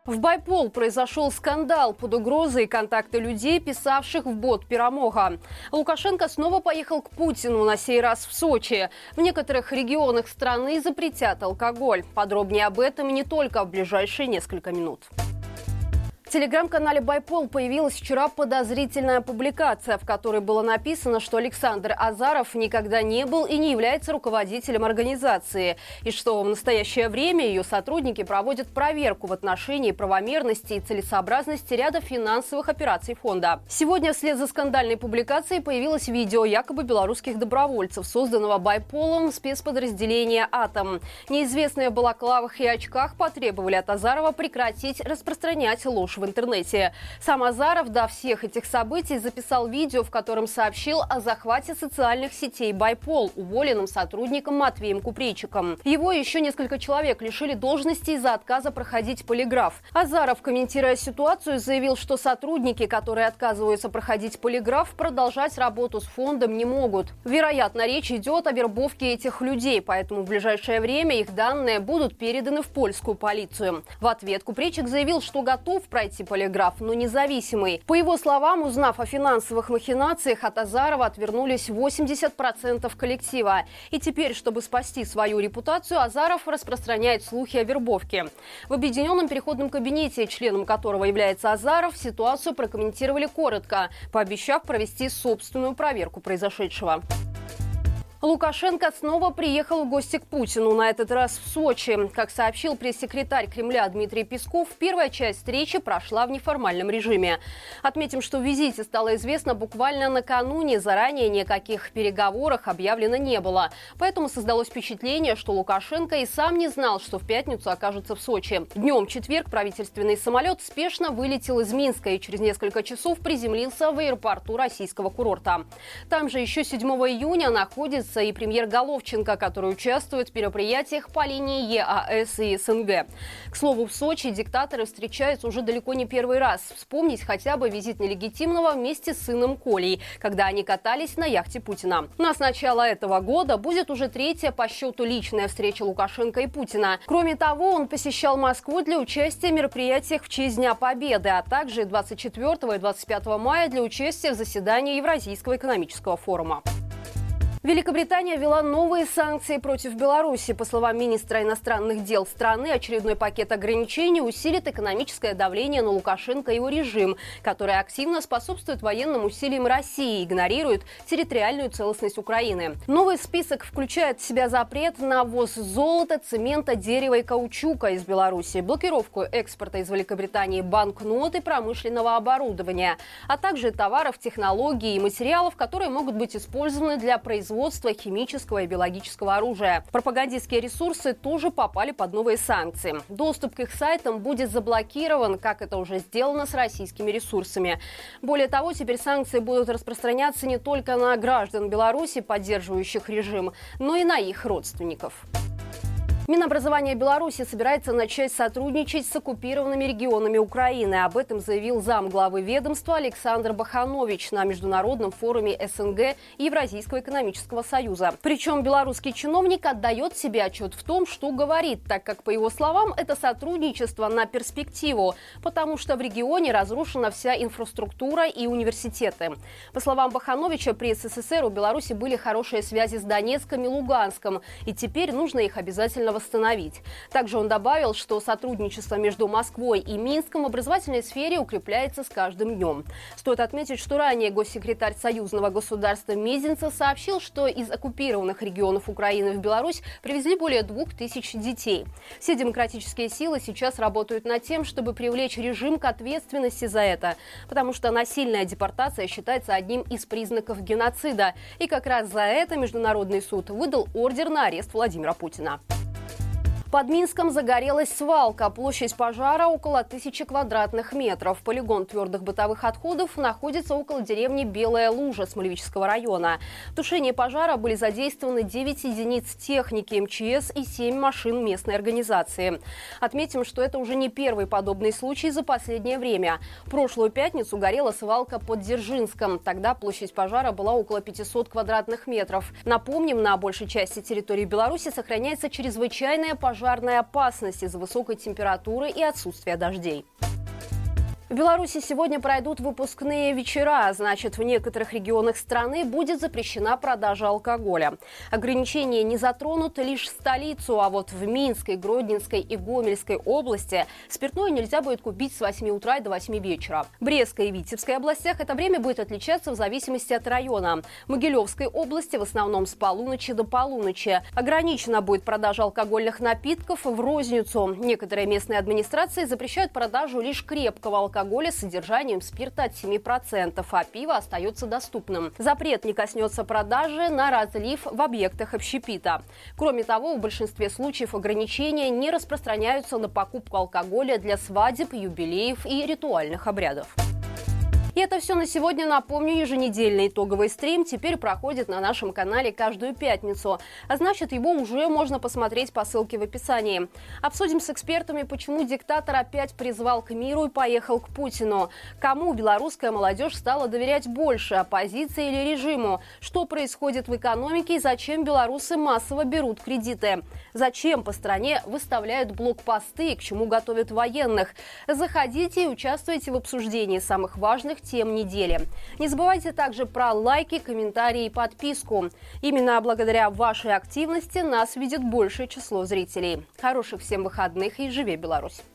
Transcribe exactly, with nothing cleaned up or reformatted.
В Байпол произошел скандал под угрозой контакта людей, писавших в бот «Перемога». Лукашенко снова поехал к Путину, на сей раз в Сочи. В некоторых регионах страны запретят алкоголь. Подробнее об этом и не только в ближайшие несколько минут. В телеграм-канале «Байпол» появилась вчера подозрительная публикация, в которой было написано, что Александр Азаров никогда не был и не является руководителем организации, и что в настоящее время ее сотрудники проводят проверку в отношении правомерности и целесообразности ряда финансовых операций фонда. Сегодня вслед за скандальной публикацией появилось видео якобы белорусских добровольцев, созданного «Байполом» спецподразделения «Атом». Неизвестные в балаклавах и очках потребовали от Азарова прекратить распространять ложь в интернете. Сам Азаров до всех этих событий записал видео, в котором сообщил о захвате социальных сетей «Байпол» уволенным сотрудником Матвеем Купрейчиком. Его и еще несколько человек лишили должности из-за отказа проходить полиграф. Азаров, комментируя ситуацию, заявил, что сотрудники, которые отказываются проходить полиграф, продолжать работу с фондом не могут. Вероятно, речь идет о вербовке этих людей, поэтому в ближайшее время их данные будут переданы в польскую полицию. В ответ Купрейчик заявил, что готов пройти полиграф, но независимый. По его словам, узнав о финансовых махинациях, от Азарова отвернулись восемьдесят процентов коллектива. И теперь, чтобы спасти свою репутацию, Азаров распространяет слухи о вербовке. В объединенном переходном кабинете, членом которого является Азаров, ситуацию прокомментировали коротко, пообещав провести собственную проверку произошедшего. Лукашенко снова приехал в гости к Путину, на этот раз в Сочи. Как сообщил пресс-секретарь Кремля Дмитрий Песков, первая часть встречи прошла в неформальном режиме. Отметим, что в визите стало известно буквально накануне, заранее никаких переговорах объявлено не было. Поэтому создалось впечатление, что Лукашенко и сам не знал, что в пятницу окажется в Сочи. Днем в четверг правительственный самолет спешно вылетел из Минска и через несколько часов приземлился в аэропорту российского курорта. Там же еще седьмого июня находится и премьер Головченко, который участвует в мероприятиях по линии ЕАЭС и СНГ. К слову, в Сочи диктаторы встречаются уже далеко не первый раз. Вспомнить хотя бы визит нелегитимного вместе с сыном Колей, когда они катались на яхте Путина. Но с начала этого года будет уже третья по счету личная встреча Лукашенко и Путина. Кроме того, он посещал Москву для участия в мероприятиях в честь Дня Победы, а также двадцать четвёртого и двадцать пятого мая для участия в заседании Евразийского экономического форума. Великобритания ввела новые санкции против Беларуси. По словам министра иностранных дел страны, очередной пакет ограничений усилит экономическое давление на Лукашенко и его режим, который активно способствует военным усилиям России и игнорирует территориальную целостность Украины. Новый список включает в себя запрет на ввоз золота, цемента, дерева и каучука из Беларуси, блокировку экспорта из Великобритании банкнот и промышленного оборудования, а также товаров, технологий и материалов, которые могут быть использованы для производства химического и биологического оружия. Пропагандистские ресурсы тоже попали под новые санкции. Доступ к их сайтам будет заблокирован, как это уже сделано с российскими ресурсами. Более того, теперь санкции будут распространяться не только на граждан Беларуси, поддерживающих режим, но и на их родственников. Минобразование Беларуси собирается начать сотрудничать с оккупированными регионами Украины. Об этом заявил замглавы ведомства Александр Баханович на международном форуме СНГ и Евразийского экономического союза. Причем белорусский чиновник отдает себе отчет в том, что говорит, так как, по его словам, это сотрудничество на перспективу, потому что в регионе разрушена вся инфраструктура и университеты. По словам Бахановича, при СССР у Беларуси были хорошие связи с Донецком и Луганском, и теперь нужно их обязательно восстановить. Также он добавил, что сотрудничество между Москвой и Минском в образовательной сфере укрепляется с каждым днем. Стоит отметить, что ранее госсекретарь союзного государства Мезенцев сообщил, что из оккупированных регионов Украины в Беларусь привезли более двух тысяч детей. Все демократические силы сейчас работают над тем, чтобы привлечь режим к ответственности за это, потому что насильная депортация считается одним из признаков геноцида. И как раз за это Международный суд выдал ордер на арест Владимира Путина. Под Минском загорелась свалка. Площадь пожара около тысячи квадратных метров. Полигон твердых бытовых отходов находится около деревни Белая Лужа Смолевического района. В тушении пожара были задействованы девять единиц техники МЧС и семь машин местной организации. Отметим, что это уже не первый подобный случай за последнее время. В прошлую пятницу горела свалка под Дзержинском. Тогда площадь пожара была около пятисот квадратных метров. Напомним, на большей части территории Беларуси сохраняется чрезвычайное пожарное пожарная опасность из-за высокой температуры и отсутствия дождей. В Беларуси сегодня пройдут выпускные вечера, значит, в некоторых регионах страны будет запрещена продажа алкоголя. Ограничения не затронут лишь столицу, а вот в Минской, Гродненской и Гомельской области спиртное нельзя будет купить с восьми утра до восьми вечера. В Брестской и Витебской областях это время будет отличаться в зависимости от района. В Могилевской области в основном с полуночи до полуночи. Ограничена будет продажа алкогольных напитков в розницу. Некоторые местные администрации запрещают продажу лишь крепкого алкоголя. алкоголя с содержанием спирта от семи процентов, а пиво остается доступным. Запрет не коснется продажи на разлив в объектах общепита. Кроме того, в большинстве случаев ограничения не распространяются на покупку алкоголя для свадеб, юбилеев и ритуальных обрядов. И это все на сегодня. Напомню, еженедельный итоговый стрим теперь проходит на нашем канале каждую пятницу. А значит, его уже можно посмотреть по ссылке в описании. Обсудим с экспертами, почему диктатор опять призвал к миру и поехал к Путину. Кому белорусская молодежь стала доверять больше, оппозиции или режиму? Что происходит в экономике и зачем белорусы массово берут кредиты? Зачем по стране выставляют блокпосты и к чему готовят военных? Заходите и участвуйте в обсуждении самых важных тем недели. Не забывайте также про лайки, комментарии и подписку. Именно благодаря вашей активности нас видит большее число зрителей. Хороших всем выходных и живи Беларусь!